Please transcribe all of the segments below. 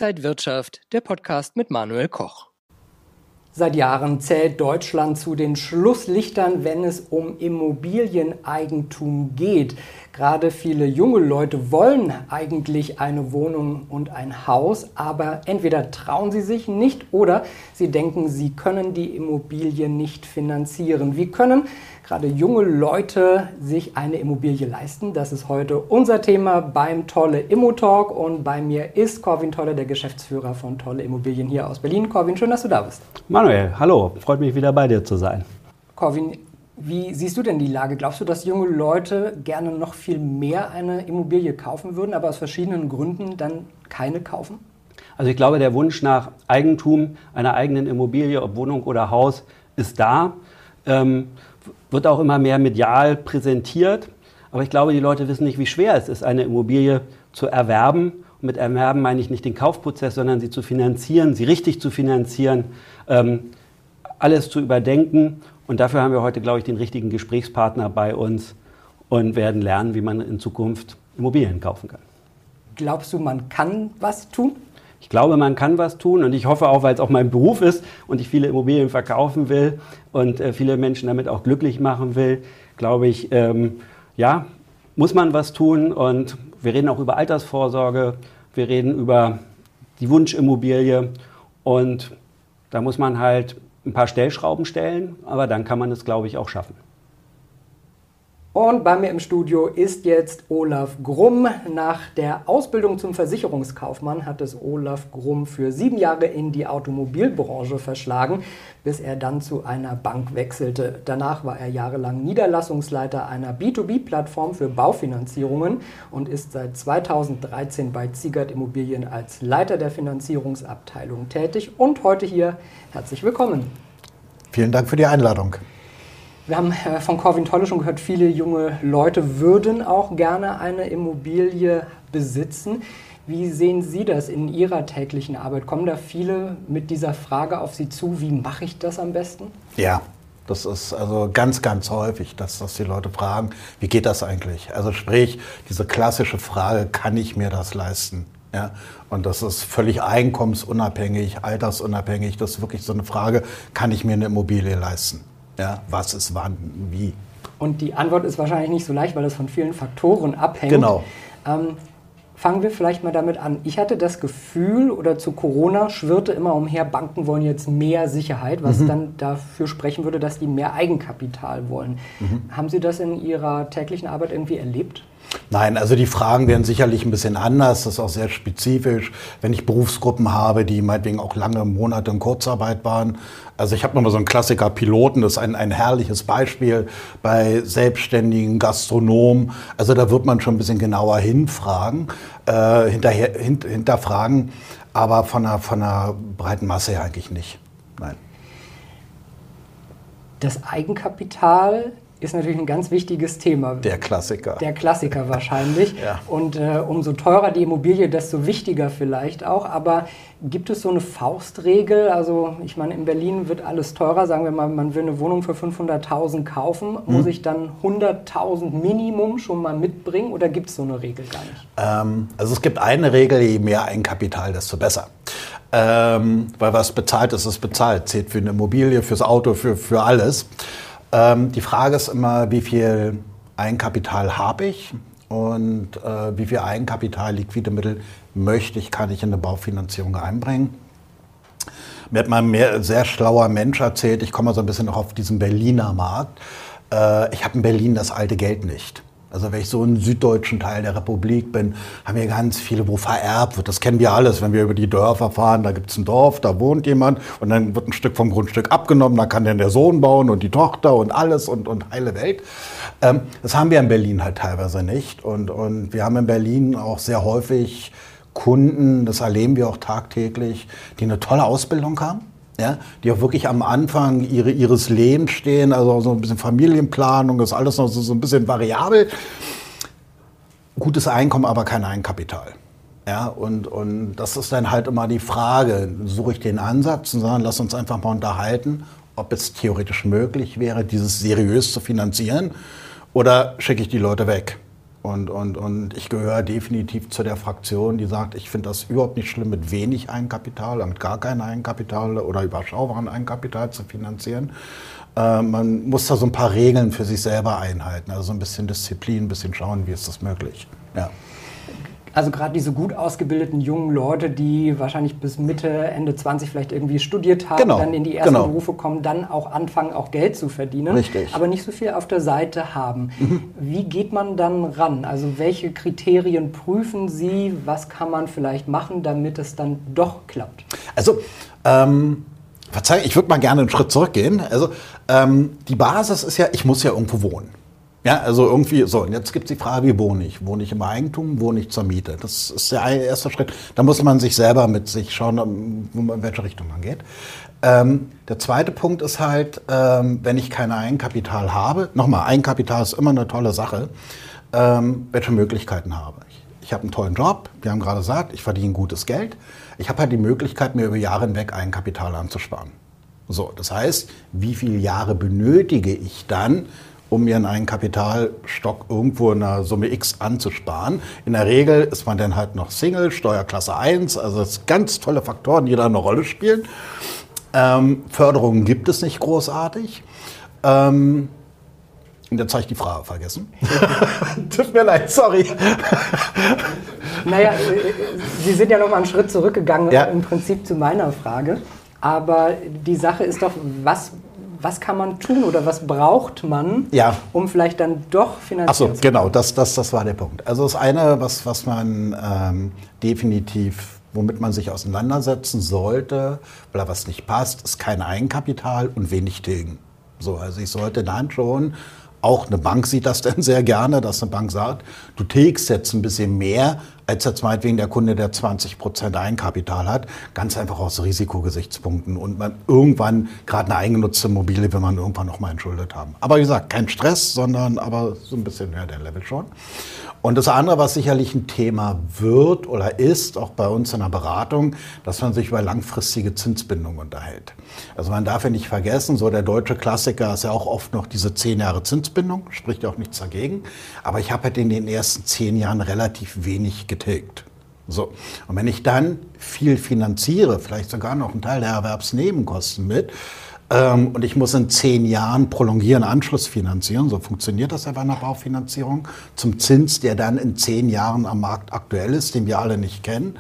Inside Wirtschaft, der Podcast mit Manuel Koch. Seit Jahren zählt Deutschland zu den Schlusslichtern, wenn es um Immobilieneigentum geht. Gerade viele junge Leute wollen eigentlich eine Wohnung und ein Haus, aber entweder trauen sie sich nicht oder sie denken, sie können die Immobilie nicht finanzieren. Wie können gerade junge Leute sich eine Immobilie leisten? Das ist heute unser Thema beim Tolle Immo Talk und bei mir ist Corwin Tolle, der Geschäftsführer von Tolle Immobilien hier aus Berlin. Corwin, schön, dass du da bist. Manuel, hallo, freut mich wieder bei dir zu sein. Corwin, wie siehst du denn die Lage? Glaubst du, dass junge Leute gerne noch viel mehr eine Immobilie kaufen würden, aber aus verschiedenen Gründen dann keine kaufen? Also ich glaube, der Wunsch nach Eigentum, einer eigenen Immobilie, ob Wohnung oder Haus, ist da. Wird auch immer mehr medial präsentiert. Aber ich glaube, die Leute wissen nicht, wie schwer es ist, eine Immobilie zu erwerben. Und mit erwerben meine ich nicht den Kaufprozess, sondern sie zu finanzieren, sie richtig zu finanzieren, alles zu überdenken. Und dafür haben wir heute, glaube ich, den richtigen Gesprächspartner bei uns und werden lernen, wie man in Zukunft Immobilien kaufen kann. Glaubst du, man kann was tun? Ich glaube, man kann was tun und ich hoffe auch, weil es auch mein Beruf ist und ich viele Immobilien verkaufen will und viele Menschen damit auch glücklich machen will, glaube ich, muss man was tun. Und wir reden auch über Altersvorsorge, wir reden über die Wunschimmobilie und da muss man halt ein paar Stellschrauben stellen, aber dann kann man es, glaube ich, auch schaffen. Und bei mir im Studio ist jetzt Olaf Grumm. Nach der Ausbildung zum Versicherungskaufmann hat es Olaf Grumm für 7 Jahre in die Automobilbranche verschlagen, bis er dann zu einer Bank wechselte. Danach war er jahrelang Niederlassungsleiter einer B2B-Plattform für Baufinanzierungen und ist seit 2013 bei Ziegert Immobilien als Leiter der Finanzierungsabteilung tätig. Und heute hier herzlich willkommen. Vielen Dank für die Einladung. Wir haben von Corwin Tolle schon gehört, viele junge Leute würden auch gerne eine Immobilie besitzen. Wie sehen Sie das in Ihrer täglichen Arbeit? Kommen da viele mit dieser Frage auf Sie zu, wie mache ich das am besten? Ja, das ist also ganz, ganz häufig, dass die Leute fragen, wie geht das eigentlich? Also sprich, diese klassische Frage, kann ich mir das leisten? Ja, und das ist völlig einkommensunabhängig, altersunabhängig. Das ist wirklich so eine Frage, kann ich mir eine Immobilie leisten? Ja, was ist wann, wie? Und die Antwort ist wahrscheinlich nicht so leicht, weil das von vielen Faktoren abhängt. Genau. Fangen wir vielleicht mal damit an. Ich hatte das Gefühl, oder zu Corona schwirrte immer umher, Banken wollen jetzt mehr Sicherheit, was dann dafür sprechen würde, dass die mehr Eigenkapital wollen. Haben Sie das in Ihrer täglichen Arbeit irgendwie erlebt? Nein, also die Fragen werden sicherlich ein bisschen anders, das ist auch sehr spezifisch. Wenn ich Berufsgruppen habe, die meinetwegen auch lange Monate in Kurzarbeit waren. Also ich habe nochmal so einen Klassiker Piloten, das ist ein herrliches Beispiel bei selbstständigen Gastronomen. Also da wird man schon ein bisschen genauer hinterfragen, aber von einer breiten Masse her eigentlich nicht. Nein. Das Eigenkapital ist natürlich ein ganz wichtiges Thema. Der Klassiker. Der Klassiker wahrscheinlich. Ja. Und umso teurer die Immobilie, desto wichtiger vielleicht auch. Aber gibt es so eine Faustregel? Also ich meine, in Berlin wird alles teurer. Sagen wir mal, man will eine Wohnung für 500.000 kaufen. Muss ich dann 100.000 Minimum schon mal mitbringen oder gibt es so eine Regel gar nicht? Also es gibt eine Regel, je mehr Eigenkapital, desto besser. Weil was bezahlt ist, ist bezahlt. Zählt für eine Immobilie, fürs Auto, für alles. Die Frage ist immer, wie viel Eigenkapital habe ich und wie viel Eigenkapital, liquide Mittel kann ich in eine Baufinanzierung einbringen. Mir hat mal ein sehr schlauer Mensch erzählt, ich komme so ein bisschen noch auf diesen Berliner Markt. Ich habe in Berlin das alte Geld nicht. Also wenn ich so im süddeutschen Teil der Republik bin, haben wir ganz viele, wo vererbt wird. Das kennen wir alles, wenn wir über die Dörfer fahren. Da gibt es ein Dorf, da wohnt jemand und dann wird ein Stück vom Grundstück abgenommen. Da kann dann der Sohn bauen und die Tochter und alles und heile Welt. Das haben wir in Berlin halt teilweise nicht. Und wir haben in Berlin auch sehr häufig Kunden, das erleben wir auch tagtäglich, die eine tolle Ausbildung haben. Ja, die auch wirklich am Anfang ihres Lebens stehen, also so ein bisschen Familienplanung, ist alles noch so ein bisschen variabel. Gutes Einkommen, aber kein Eigenkapital. Ja, und das ist dann halt immer die Frage, suche ich den Ansatz und sagen, lass uns einfach mal unterhalten, ob es theoretisch möglich wäre, dieses seriös zu finanzieren oder schicke ich die Leute weg. Und ich gehöre definitiv zu der Fraktion, die sagt, ich finde das überhaupt nicht schlimm, mit wenig Eigenkapital, mit gar kein Eigenkapital oder überschaubaren Eigenkapital zu finanzieren. Man muss da so ein paar Regeln für sich selber einhalten, also so ein bisschen Disziplin, ein bisschen schauen, wie ist das möglich. Ja. Also gerade diese gut ausgebildeten jungen Leute, die wahrscheinlich bis Mitte, Ende 20 vielleicht irgendwie studiert haben, dann in die ersten Berufe kommen, dann auch anfangen, auch Geld zu verdienen, Richtig. aber nicht so viel auf der Seite haben. Wie geht man dann ran? Also welche Kriterien prüfen Sie? Was kann man vielleicht machen, damit es dann doch klappt? Also, verzeih, ich würde mal gerne einen Schritt zurückgehen. Also, die Basis ist ja, ich muss ja irgendwo wohnen. Ja, also irgendwie, so, und jetzt gibt es die Frage, wie wohne ich? Wohne ich im Eigentum, wohne ich zur Miete? Das ist der erste Schritt. Da muss man sich selber mit sich schauen, in welche Richtung man geht. Der zweite Punkt ist halt, wenn ich kein Eigenkapital habe, nochmal, Eigenkapital ist immer eine tolle Sache, welche Möglichkeiten habe ich? Ich habe einen tollen Job, wir haben gerade gesagt, ich verdiene gutes Geld. Ich habe halt die Möglichkeit, mir über Jahre hinweg Eigenkapital anzusparen. So, das heißt, wie viele Jahre benötige ich dann, um mir einen Eigenkapitalstock irgendwo in einer Summe X anzusparen. In der Regel ist man dann halt noch Single, Steuerklasse 1, also das sind ganz tolle Faktoren, die da eine Rolle spielen. Förderungen gibt es nicht großartig. Und jetzt habe ich die Frage vergessen. Tut mir leid, sorry. Naja, Sie sind ja noch mal einen Schritt zurückgegangen, im Prinzip zu meiner Frage. Aber die Sache ist doch, was kann man tun oder was braucht man, um vielleicht dann doch finanziell zu genau, das war der Punkt. Also das eine, was man definitiv, womit man sich auseinandersetzen sollte, oder was nicht passt, ist kein Eigenkapital und wenig tilgen. So, also ich sollte dann schon, auch eine Bank sieht das dann sehr gerne, dass eine Bank sagt, du tilgst jetzt ein bisschen mehr, als jetzt meinetwegen der Kunde, der 20% Eigenkapital hat, ganz einfach aus Risikogesichtspunkten und man irgendwann, gerade eine eigengenutzte Immobilie, will man irgendwann noch mal entschuldet haben. Aber wie gesagt, kein Stress, sondern aber so ein bisschen höher der Level schon. Und das andere, was sicherlich ein Thema wird oder ist, auch bei uns in der Beratung, dass man sich über langfristige Zinsbindungen unterhält. Also man darf ja nicht vergessen, so der deutsche Klassiker ist ja auch oft noch diese 10 Jahre Zinsbindung, spricht ja auch nichts dagegen. Aber ich habe halt in den ersten 10 Jahren relativ wenig getilgt. So. Und wenn ich dann viel finanziere, vielleicht sogar noch einen Teil der Erwerbsnebenkosten mit, und ich muss in 10 Jahren prolongieren, Anschluss finanzieren, so funktioniert das ja bei einer Baufinanzierung, zum Zins, der dann in 10 Jahren am Markt aktuell ist, den wir alle nicht kennen,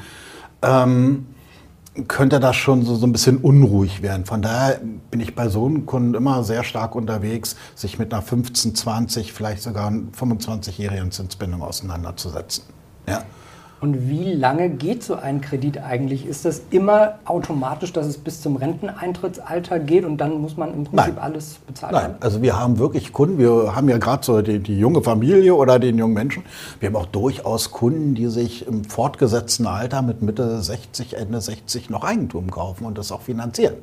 könnte das schon so ein bisschen unruhig werden. Von daher bin ich bei so einem Kunden immer sehr stark unterwegs, sich mit einer 15, 20, vielleicht sogar 25-jährigen Zinsbindung auseinanderzusetzen. Ja. Und wie lange geht so ein Kredit eigentlich? Ist das immer automatisch, dass es bis zum Renteneintrittsalter geht und dann muss man im Prinzip alles bezahlen? Nein, also wir haben wirklich Kunden, wir haben ja gerade so die junge Familie oder den jungen Menschen. Wir haben auch durchaus Kunden, die sich im fortgesetzten Alter mit Mitte 60, Ende 60 noch Eigentum kaufen und das auch finanzieren.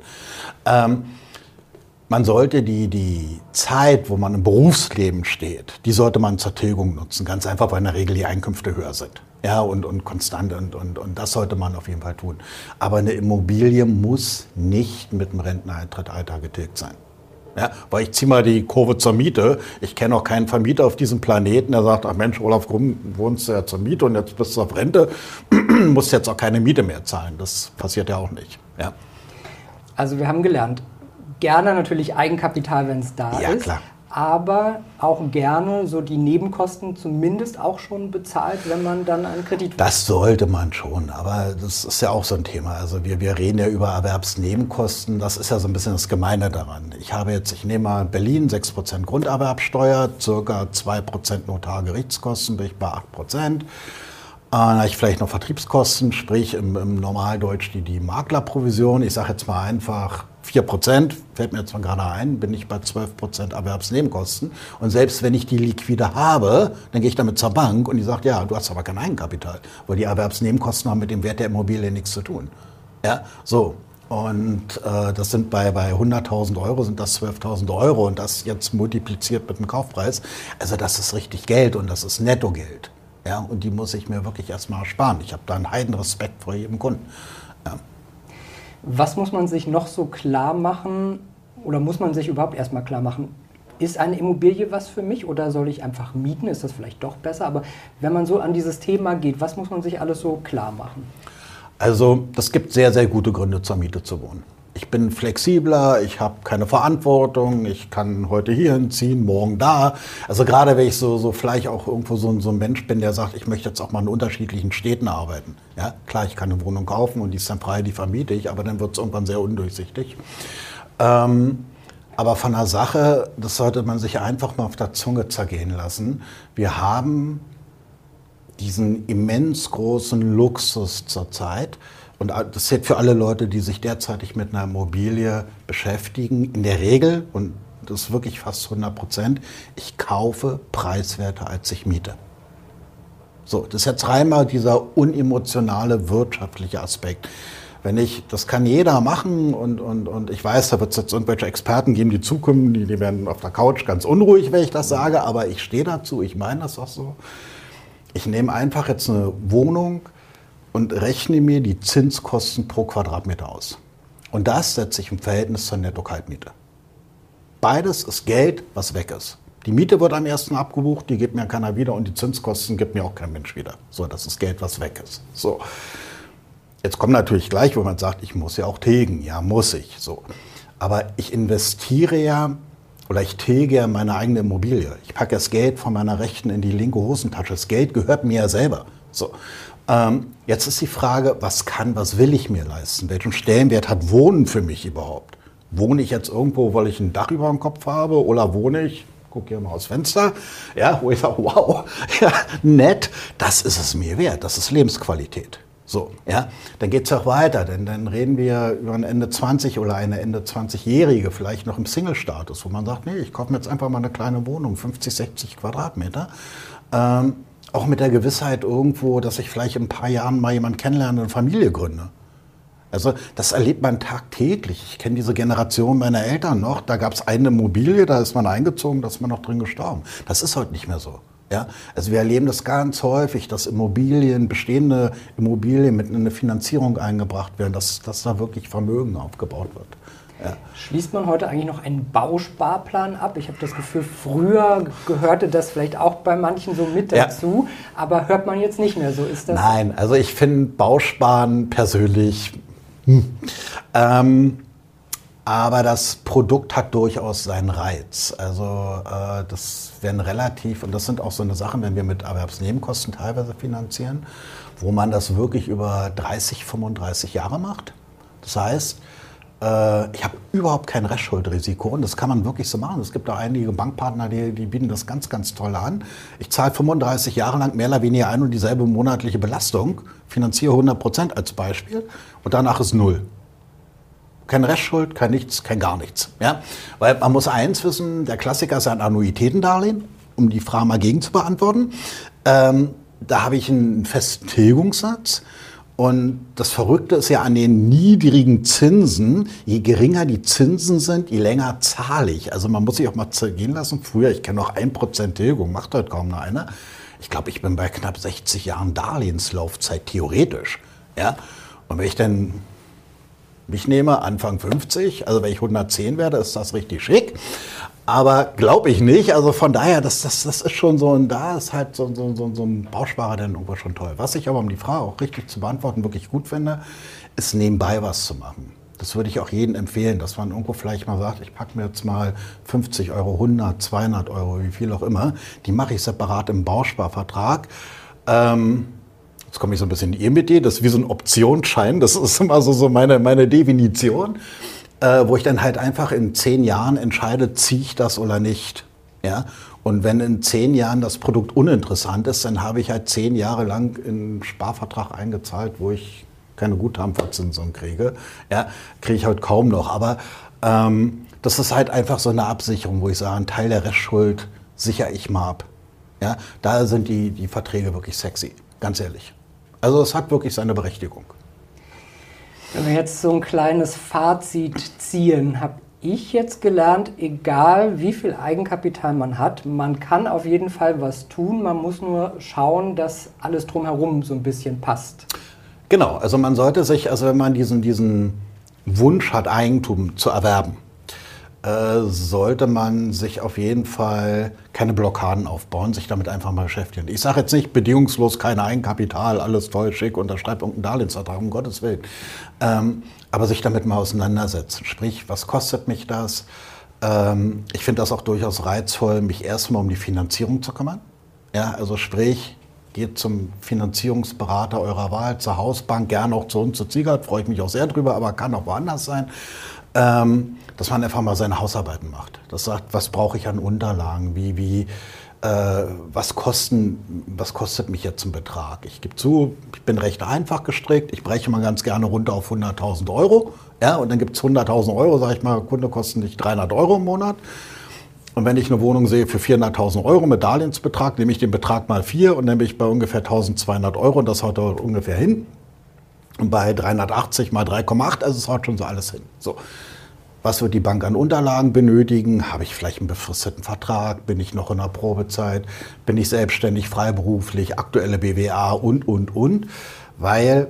Man sollte die Zeit, wo man im Berufsleben steht, die sollte man zur Tilgung nutzen. Ganz einfach, weil in der Regel die Einkünfte höher sind. Ja, und konstant und das sollte man auf jeden Fall tun. Aber eine Immobilie muss nicht mit dem Renteneintrittsalter getilgt sein. Ja, weil ich ziehe mal die Kurve zur Miete. Ich kenne auch keinen Vermieter auf diesem Planeten, der sagt, ach Mensch, Olaf Grumm, wohnst du ja zur Miete und jetzt bist du auf Rente, musst jetzt auch keine Miete mehr zahlen. Das passiert ja auch nicht. Ja. Also wir haben gelernt, gerne natürlich Eigenkapital, wenn es da ist. Ja, klar. Aber auch gerne so die Nebenkosten zumindest auch schon bezahlt, wenn man dann einen Kredit will. Das sollte man schon, aber das ist ja auch so ein Thema. Also wir reden ja über Erwerbsnebenkosten, das ist ja so ein bisschen das Gemeine daran. Ich nehme mal Berlin, 6% Grunderwerbsteuer, circa 2% Notargerichtskosten, bin ich bei 8%. Dann habe ich vielleicht noch Vertriebskosten, sprich im Normaldeutsch die Maklerprovision. Ich sage jetzt mal einfach 4%, fällt mir jetzt mal gerade ein, bin ich bei 12% Erwerbsnebenkosten. Und selbst wenn ich die liquide habe, dann gehe ich damit zur Bank und die sagt, ja, du hast aber kein Eigenkapital, weil die Erwerbsnebenkosten haben mit dem Wert der Immobilie nichts zu tun. Ja, so. Und das sind bei 100.000 Euro sind das 12.000 Euro und das jetzt multipliziert mit dem Kaufpreis. Also das ist richtig Geld und das ist Nettogeld. Ja, und die muss ich mir wirklich erstmal sparen. Ich habe da einen Heidenrespekt vor jedem Kunden. Ja. Was muss man sich noch so klar machen oder muss man sich überhaupt erstmal klar machen? ist eine Immobilie was für mich oder soll ich einfach mieten? Ist das vielleicht doch besser? Aber wenn man so an dieses Thema geht, was muss man sich alles so klar machen? Also es gibt sehr, sehr gute Gründe, zur Miete zu wohnen. Ich bin flexibler, ich habe keine Verantwortung, ich kann heute hier hinziehen, morgen da. Also gerade wenn ich so vielleicht auch irgendwo so ein Mensch bin, der sagt, ich möchte jetzt auch mal in unterschiedlichen Städten arbeiten. Ja, klar, ich kann eine Wohnung kaufen und die ist dann frei, die vermiete ich, aber dann wird es irgendwann sehr undurchsichtig. Aber von der Sache, das sollte man sich einfach mal auf der Zunge zergehen lassen. Wir haben diesen immens großen Luxus zurzeit. Und das zählt für alle Leute, die sich derzeitig mit einer Immobilie beschäftigen. In der Regel, und das ist wirklich fast 100%, ich kaufe preiswerter, als ich miete. So, das ist jetzt rein mal dieser unemotionale wirtschaftliche Aspekt. Das kann jeder machen und ich weiß, da wird es jetzt irgendwelche Experten geben, die zukommen, die werden auf der Couch ganz unruhig, wenn ich das sage, aber ich stehe dazu, ich meine das auch so. Ich nehme einfach jetzt eine Wohnung und rechne mir die Zinskosten pro Quadratmeter aus. Und das setze ich im Verhältnis zur Netto-Kaltmiete. Beides ist Geld, was weg ist. Die Miete wird am ersten abgebucht, die gibt mir keiner wieder und die Zinskosten gibt mir auch kein Mensch wieder. So, das ist Geld, was weg ist. So. Jetzt kommt natürlich gleich, wo man sagt, ich muss ja auch tilgen. Ja, muss ich. So. Aber ich investiere ja oder ich tilge ja meine eigene Immobilie. Ich packe das Geld von meiner rechten in die linke Hosentasche. Das Geld gehört mir ja selber. So. Jetzt ist die Frage, was will ich mir leisten? Welchen Stellenwert hat Wohnen für mich überhaupt? Wohne ich jetzt irgendwo, weil ich ein Dach über dem Kopf habe? Oder wohne ich, guck hier mal aus Fenster, ja, wo ich sage, wow, ja, nett, das ist es mir wert, das ist Lebensqualität. So, ja, dann geht es auch weiter, denn dann reden wir über einen Ende 20 oder eine Ende 20-Jährige, vielleicht noch im Single-Status, wo man sagt, nee, ich kaufe mir jetzt einfach mal eine kleine Wohnung, 50, 60 Quadratmeter. Auch mit der Gewissheit irgendwo, dass ich vielleicht in ein paar Jahren mal jemanden kennenlerne und eine Familie gründe. Also das erlebt man tagtäglich. Ich kenne diese Generation meiner Eltern noch. Da gab es eine Immobilie, da ist man eingezogen, da ist man noch drin gestorben. Das ist heute nicht mehr so. Ja? Also wir erleben das ganz häufig, dass bestehende Immobilien mit in eine Finanzierung eingebracht werden, dass da wirklich Vermögen aufgebaut wird. Ja. Schließt man heute eigentlich noch einen Bausparplan ab? Ich habe das Gefühl, früher gehörte das vielleicht auch bei manchen so mit dazu, aber hört man jetzt nicht mehr, so ist das? Nein, also ich finde Bausparen persönlich, aber das Produkt hat durchaus seinen Reiz. Also das werden und das sind auch so eine Sachen, wenn wir mit Erwerbsnebenkosten teilweise finanzieren, wo man das wirklich über 30, 35 Jahre macht. Das heißt, ich habe überhaupt kein Restschuldrisiko und das kann man wirklich so machen. Es gibt auch einige Bankpartner, die bieten das ganz, ganz toll an. Ich zahle 35 Jahre lang mehr oder weniger ein und dieselbe monatliche Belastung, finanziere 100% als Beispiel und danach ist null. Keine Restschuld, kein nichts, kein gar nichts. Ja? Weil man muss eins wissen, der Klassiker ist ein Annuitätendarlehen, um die Frage mal gegen zu beantworten. Da habe ich einen festen Tilgungssatz. Und das Verrückte ist ja an den niedrigen Zinsen, je geringer die Zinsen sind, je länger zahle ich. Also man muss sich auch mal gehen lassen. Früher, ich kenne noch 1% Tilgung, macht heute kaum noch einer. Ich glaube, ich bin bei knapp 60 Jahren Darlehenslaufzeit, theoretisch. Ja? Und wenn ich dann mich nehme, Anfang 50, also wenn ich 110 werde, ist das richtig schick. Aber glaube ich nicht. Also von daher, das ist schon so, und da ist halt so ein Bausparer dann irgendwo schon toll. Was ich aber, um die Frage auch richtig zu beantworten, wirklich gut finde, ist nebenbei was zu machen. Das würde ich auch jedem empfehlen, dass man irgendwo vielleicht mal sagt, ich packe mir jetzt mal 50 Euro, 100, 200 Euro, wie viel auch immer. Die mache ich separat im Bausparvertrag. Jetzt komme ich so ein bisschen in die Idee, das ist wie so ein Optionsschein, das ist immer so meine Definition. Wo ich dann halt einfach in 10 Jahren entscheide, ziehe ich das oder nicht. Ja? Und wenn in 10 Jahren das Produkt uninteressant ist, dann habe ich halt 10 Jahre lang in einen Sparvertrag eingezahlt, wo ich keine Guthabenverzinsung kriege. Ja? Kriege ich halt kaum noch. Aber das ist halt einfach so eine Absicherung, wo ich sage, einen Teil der Restschuld sichere ich mal ab. Ja? Da sind die Verträge wirklich sexy, ganz ehrlich. Also es hat wirklich seine Berechtigung. Wenn wir jetzt so ein kleines Fazit ziehen, habe ich jetzt gelernt, egal wie viel Eigenkapital man hat, man kann auf jeden Fall was tun, man muss nur schauen, dass alles drumherum so ein bisschen passt. Genau, also man sollte sich, also wenn man diesen Wunsch hat, Eigentum zu erwerben, sollte man sich auf jeden Fall keine Blockaden aufbauen, sich damit einfach mal beschäftigen. Ich sage jetzt nicht bedingungslos kein Eigenkapital, alles toll, schick, unterschreibt irgendeinen Darlehensvertrag, um Gottes Willen. Aber sich damit mal auseinandersetzen. Sprich, was kostet mich das? Ich finde das auch durchaus reizvoll, mich erstmal um die Finanzierung zu kümmern. Ja, also sprich, geht zum Finanzierungsberater eurer Wahl, zur Hausbank, gerne auch zu uns, zu Ziegert, freue ich mich auch sehr drüber, aber kann auch woanders sein. Dass man einfach mal seine Hausarbeiten macht. Das sagt, was brauche ich an Unterlagen, was kostet mich jetzt ein Betrag? Ich gebe zu, ich bin recht einfach gestrickt, ich breche mal ganz gerne runter auf 100.000 €. Ja, und dann gibt es 100.000 €, sage ich mal, Kunde kosten nicht 300 € im Monat. Und wenn ich eine Wohnung sehe für 400.000 € mit Darlehensbetrag, nehme ich den Betrag mal 4 und dann bin ich bei ungefähr 1.200 € und das haut dort ungefähr hin. Und bei 380 mal 3,8, also es haut schon so alles hin. So. Was wird die Bank an Unterlagen benötigen? Habe ich vielleicht einen befristeten Vertrag? Bin ich noch in der Probezeit? Bin ich selbstständig, freiberuflich, aktuelle BWA und. Weil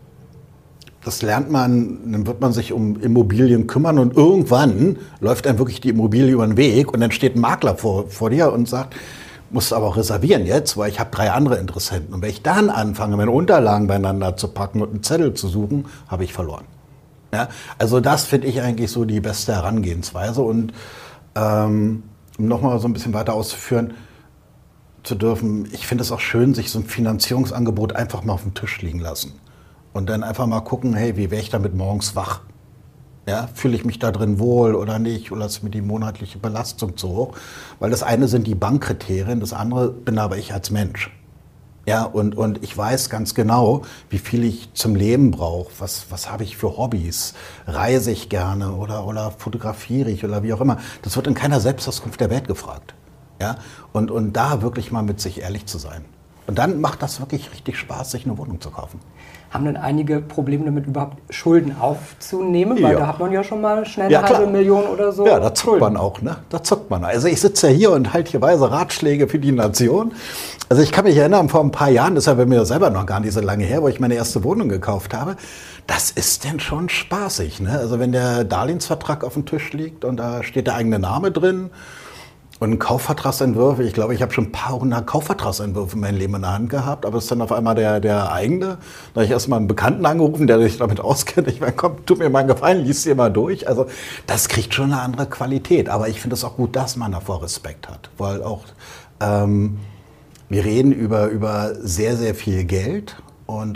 das lernt man, dann wird man sich um Immobilien kümmern und irgendwann läuft einem wirklich die Immobilie über den Weg und dann steht ein Makler vor dir und sagt, musst aber auch reservieren jetzt, weil ich habe 3 andere Interessenten. Und wenn ich dann anfange, meine Unterlagen beieinander zu packen und einen Zettel zu suchen, habe ich verloren. Ja, also das finde ich eigentlich so die beste Herangehensweise. Und um nochmal so ein bisschen weiter auszuführen zu dürfen, ich finde es auch schön, sich so ein Finanzierungsangebot einfach mal auf dem Tisch liegen lassen. Und dann einfach mal gucken, hey, wie wäre ich damit morgens wach? Ja, fühle ich mich da drin wohl oder nicht? Oder ist mir die monatliche Belastung zu hoch? Weil das eine sind die Bankkriterien, das andere bin aber ich als Mensch. Ja, und ich weiß ganz genau, wie viel ich zum Leben brauche. Was habe ich für Hobbys? Reise ich gerne oder fotografiere ich oder wie auch immer? Das wird in keiner Selbstauskunft der Welt gefragt. Ja, und da wirklich mal mit sich ehrlich zu sein. Und dann macht das wirklich richtig Spaß, sich eine Wohnung zu kaufen. Haben denn einige Probleme damit, überhaupt Schulden aufzunehmen? Weil da hat man ja schon mal schnell eine klar. halbe Million oder so. Ja, da zuckt man auch, ne? Da zuckt man. Also ich sitze ja hier und halte hier weise Ratschläge für die Nation. Also ich kann mich erinnern, vor ein paar Jahren, das ist ja bei mir selber noch gar nicht so lange her, wo ich meine erste Wohnung gekauft habe. Das ist denn schon spaßig, ne? Also wenn der Darlehensvertrag auf dem Tisch liegt und da steht der eigene Name drin, und Kaufvertragsentwürfe, ich glaube, ich habe schon ein paar hundert Kaufvertragsentwürfe in meinem Leben in der Hand gehabt, aber es ist dann auf einmal der eigene. Da habe ich erstmal einen Bekannten angerufen, der sich damit auskennt. Ich meine, komm, tu mir mal einen Gefallen, lies dir mal durch. Also das kriegt schon eine andere Qualität. Aber ich finde es auch gut, dass man davor Respekt hat. Weil auch wir reden über sehr, sehr viel Geld und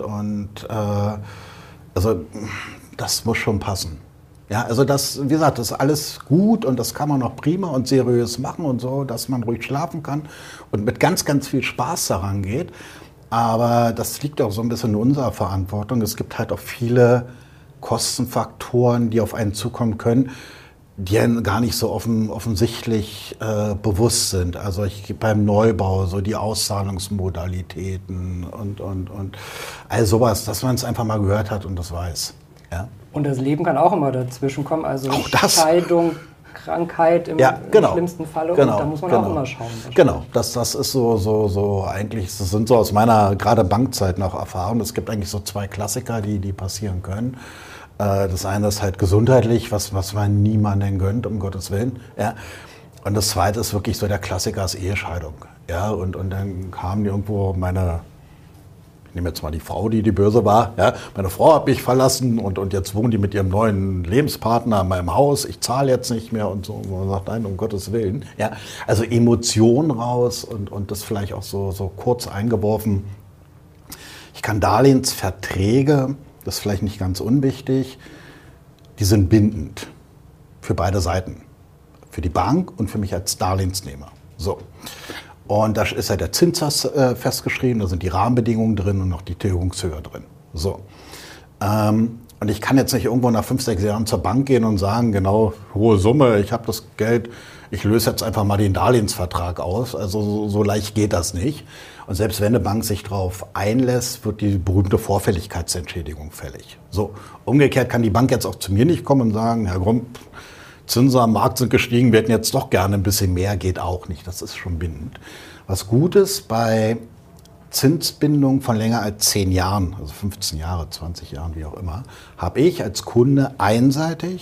also das muss schon passen. Ja, also das, wie gesagt, das ist alles gut und das kann man auch prima und seriös machen und so, dass man ruhig schlafen kann und mit ganz, ganz viel Spaß daran geht. Aber das liegt auch so ein bisschen in unserer Verantwortung. Es gibt halt auch viele Kostenfaktoren, die auf einen zukommen können, die ja gar nicht so offensichtlich bewusst sind. Also beim Neubau, so die Auszahlungsmodalitäten und all sowas, dass man es einfach mal gehört hat und das weiß. Ja. Und das Leben kann auch immer dazwischen kommen, also Scheidung, Krankheit im schlimmsten Falle. Genau, und da muss man auch immer schauen. Genau, das ist so eigentlich, das sind so aus meiner gerade Bankzeit noch Erfahrungen. Es gibt eigentlich so 2 Klassiker, die passieren können. Das eine ist halt gesundheitlich, was man niemandem gönnt, um Gottes Willen. Ja. Und das zweite ist wirklich so der Klassiker, ist Ehescheidung. Ja, und dann kamen irgendwo ich nehme jetzt mal die Frau, die böse war. Ja, meine Frau hat mich verlassen und jetzt wohnt die mit ihrem neuen Lebenspartner in meinem Haus. Ich zahle jetzt nicht mehr und so. Und man sagt, nein, um Gottes Willen. Ja, also Emotionen raus und das vielleicht auch so kurz eingeworfen. Ich kann Darlehensverträge, das ist vielleicht nicht ganz unwichtig, die sind bindend für beide Seiten. Für die Bank und für mich als Darlehensnehmer. So. Und da ist ja der Zinssatz festgeschrieben, da sind die Rahmenbedingungen drin und noch die Tilgungshöhe drin. So. Und ich kann jetzt nicht irgendwo nach 5, 6 Jahren zur Bank gehen und sagen, genau, hohe Summe, ich habe das Geld, ich löse jetzt einfach mal den Darlehensvertrag aus. Also so leicht geht das nicht. Und selbst wenn eine Bank sich darauf einlässt, wird die berühmte Vorfälligkeitsentschädigung fällig. So. Umgekehrt kann die Bank jetzt auch zu mir nicht kommen und sagen, Herr Grumm, Zinsen am Markt sind gestiegen, wir hätten jetzt doch gerne ein bisschen mehr, geht auch nicht. Das ist schon bindend. Was gut ist bei Zinsbindung von länger als 10 Jahren, also 15 Jahre, 20 Jahren, wie auch immer, habe ich als Kunde einseitig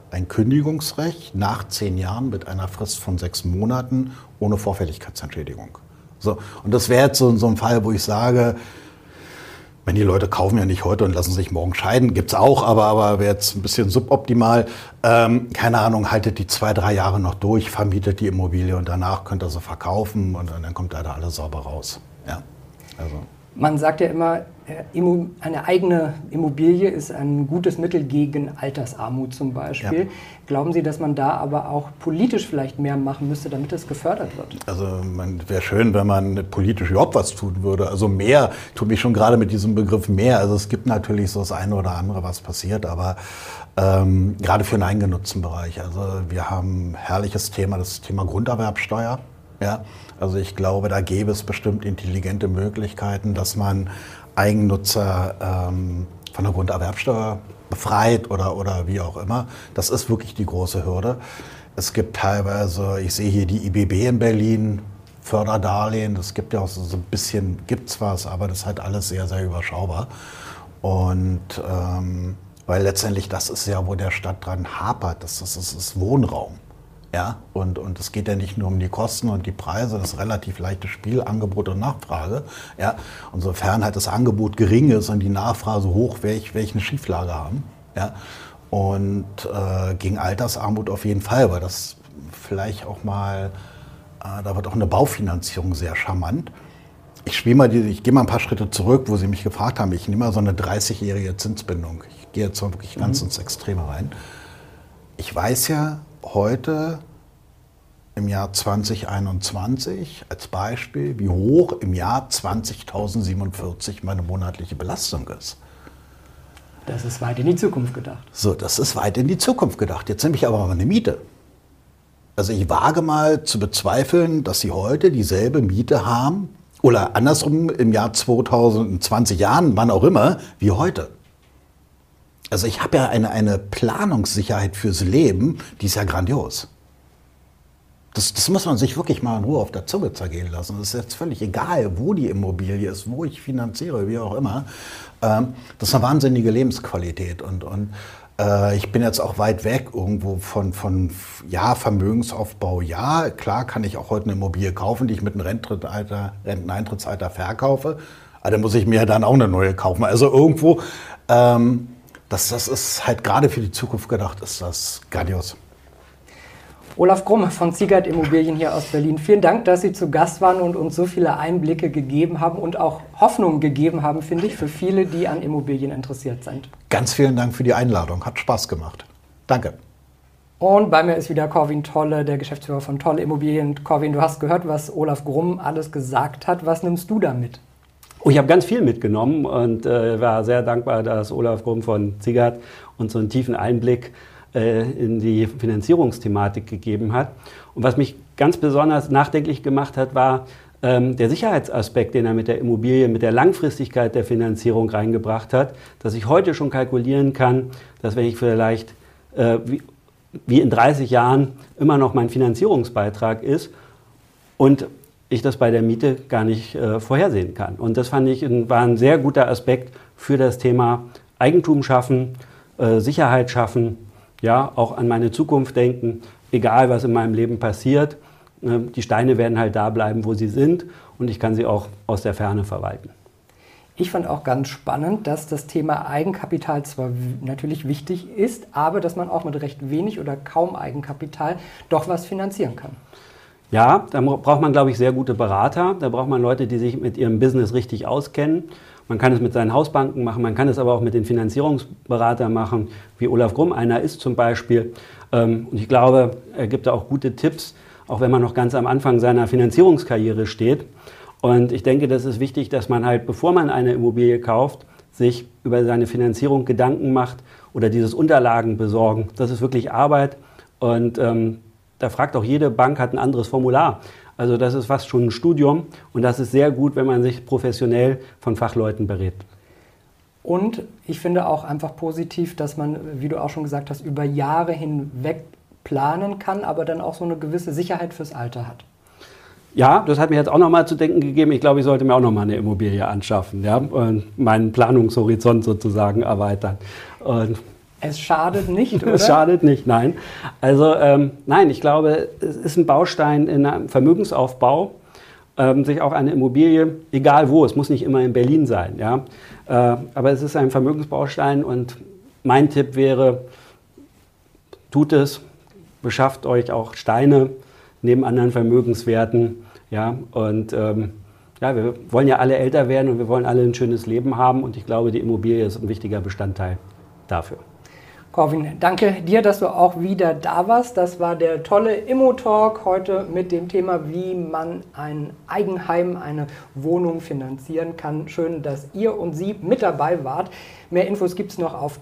ein Kündigungsrecht nach 10 Jahren mit einer Frist von 6 Monaten ohne Vorfälligkeitsentschädigung. So, und das wäre jetzt so ein Fall, wo ich sage, wenn die Leute kaufen ja nicht heute und lassen sich morgen scheiden, gibt's auch, aber wäre jetzt ein bisschen suboptimal. Keine Ahnung, haltet die 2-3 Jahre noch durch, vermietet die Immobilie und danach könnt ihr sie verkaufen und dann kommt leider alles sauber raus. Ja, also. Man sagt ja immer, eine eigene Immobilie ist ein gutes Mittel gegen Altersarmut zum Beispiel. Ja. Glauben Sie, dass man da aber auch politisch vielleicht mehr machen müsste, damit es gefördert wird? Also wäre schön, wenn man politisch überhaupt was tun würde. Also mehr, tut mich schon gerade mit diesem Begriff mehr. Also es gibt natürlich so das eine oder andere, was passiert, aber gerade für den eingenutzten Bereich. Also wir haben ein herrliches Thema, das Thema Grunderwerbsteuer. Ja, also ich glaube, da gäbe es bestimmt intelligente Möglichkeiten, dass man Eigennutzer von der Grunderwerbsteuer befreit oder wie auch immer. Das ist wirklich die große Hürde. Es gibt teilweise, ich sehe hier die IBB in Berlin, Förderdarlehen. Es gibt ja auch so ein bisschen, gibt's was, aber das ist halt alles sehr, sehr überschaubar. Und weil letztendlich das ist ja, wo der Stadt dran hapert, das ist Wohnraum. Ja, und es geht ja nicht nur um die Kosten und die Preise, das ist relativ leichtes Spiel, Angebot und Nachfrage. Ja, und sofern halt das Angebot gering ist und die Nachfrage so hoch, werde ich eine Schieflage haben. Ja, und gegen Altersarmut auf jeden Fall, weil das vielleicht auch mal, da wird auch eine Baufinanzierung sehr charmant. Ich gehe mal ein paar Schritte zurück, wo Sie mich gefragt haben. Ich nehme mal so eine 30-jährige Zinsbindung. Ich gehe jetzt wirklich ganz ins Extreme rein. Ich weiß ja heute im Jahr 2021 als Beispiel, wie hoch im Jahr 20.047 meine monatliche Belastung ist. Das ist weit in die Zukunft gedacht. So, das ist weit in die Zukunft gedacht. Jetzt nehme ich aber mal eine Miete. Also ich wage mal zu bezweifeln, dass Sie heute dieselbe Miete haben oder andersrum im Jahr 2020 Jahren, wann auch immer, wie heute. Also ich habe ja eine Planungssicherheit fürs Leben, die ist ja grandios. Das muss man sich wirklich mal in Ruhe auf der Zunge zergehen lassen. Es ist jetzt völlig egal, wo die Immobilie ist, wo ich finanziere, wie auch immer. Das ist eine wahnsinnige Lebensqualität. Und ich bin jetzt auch weit weg irgendwo von Vermögensaufbau. Ja, klar kann ich auch heute eine Immobilie kaufen, die ich mit einem Renteneintrittsalter verkaufe. Aber dann muss ich mir dann auch eine neue kaufen. Also irgendwo... Das ist halt gerade für die Zukunft gedacht, ist das grandios. Olaf Grumm von Ziegert Immobilien hier aus Berlin. Vielen Dank, dass Sie zu Gast waren und uns so viele Einblicke gegeben haben und auch Hoffnung gegeben haben, finde ich, für viele, die an Immobilien interessiert sind. Ganz vielen Dank für die Einladung. Hat Spaß gemacht. Danke. Und bei mir ist wieder Corwin Tolle, der Geschäftsführer von Tolle Immobilien. Corwin, du hast gehört, was Olaf Grumm alles gesagt hat. Was nimmst du da mit? Oh, ich habe ganz viel mitgenommen und war sehr dankbar, dass Olaf Grumm von Ziegert uns so einen tiefen Einblick in die Finanzierungsthematik gegeben hat. Und was mich ganz besonders nachdenklich gemacht hat, war der Sicherheitsaspekt, den er mit der Immobilie, mit der Langfristigkeit der Finanzierung reingebracht hat, dass ich heute schon kalkulieren kann, dass wenn ich vielleicht wie in 30 Jahren immer noch mein Finanzierungsbeitrag ist und ich das bei der Miete gar nicht vorhersehen kann. Und das fand ich war ein sehr guter Aspekt für das Thema Eigentum schaffen, Sicherheit schaffen, ja, auch an meine Zukunft denken, egal was in meinem Leben passiert. Die Steine werden halt da bleiben, wo sie sind und ich kann sie auch aus der Ferne verwalten. Ich fand auch ganz spannend, dass das Thema Eigenkapital zwar natürlich wichtig ist, aber dass man auch mit recht wenig oder kaum Eigenkapital doch was finanzieren kann. Ja, da braucht man, glaube ich, sehr gute Berater. Da braucht man Leute, die sich mit ihrem Business richtig auskennen. Man kann es mit seinen Hausbanken machen, man kann es aber auch mit den Finanzierungsberatern machen, wie Olaf Grumm einer ist zum Beispiel. Und ich glaube, er gibt da auch gute Tipps, auch wenn man noch ganz am Anfang seiner Finanzierungskarriere steht. Und ich denke, das ist wichtig, dass man halt, bevor man eine Immobilie kauft, sich über seine Finanzierung Gedanken macht oder dieses Unterlagen besorgen. Das ist wirklich Arbeit und da fragt auch jede Bank, hat ein anderes Formular. Also das ist fast schon ein Studium und das ist sehr gut, wenn man sich professionell von Fachleuten berät. Und ich finde auch einfach positiv, dass man, wie du auch schon gesagt hast, über Jahre hinweg planen kann, aber dann auch so eine gewisse Sicherheit fürs Alter hat. Ja, das hat mir jetzt auch nochmal zu denken gegeben. Ich glaube, ich sollte mir auch nochmal eine Immobilie anschaffen, ja, und meinen Planungshorizont sozusagen erweitern. Und Es schadet nicht, oder? Es schadet nicht, nein. Also nein, ich glaube, es ist ein Baustein in einem Vermögensaufbau, sich auch eine Immobilie, egal wo, es muss nicht immer in Berlin sein, ja, aber es ist ein Vermögensbaustein und mein Tipp wäre, tut es, beschafft euch auch Steine neben anderen Vermögenswerten, ja, und wir wollen ja alle älter werden und wir wollen alle ein schönes Leben haben und ich glaube, die Immobilie ist ein wichtiger Bestandteil dafür. Corwin, danke dir, dass du auch wieder da warst. Das war der tolle Immo-Talk heute mit dem Thema, wie man ein Eigenheim, eine Wohnung finanzieren kann. Schön, dass ihr und Sie mit dabei wart. Mehr Infos gibt es noch auf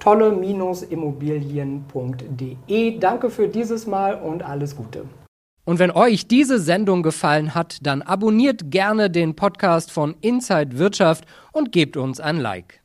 tolle-immobilien.de. Danke für dieses Mal und alles Gute. Und wenn euch diese Sendung gefallen hat, dann abonniert gerne den Podcast von Inside Wirtschaft und gebt uns ein Like.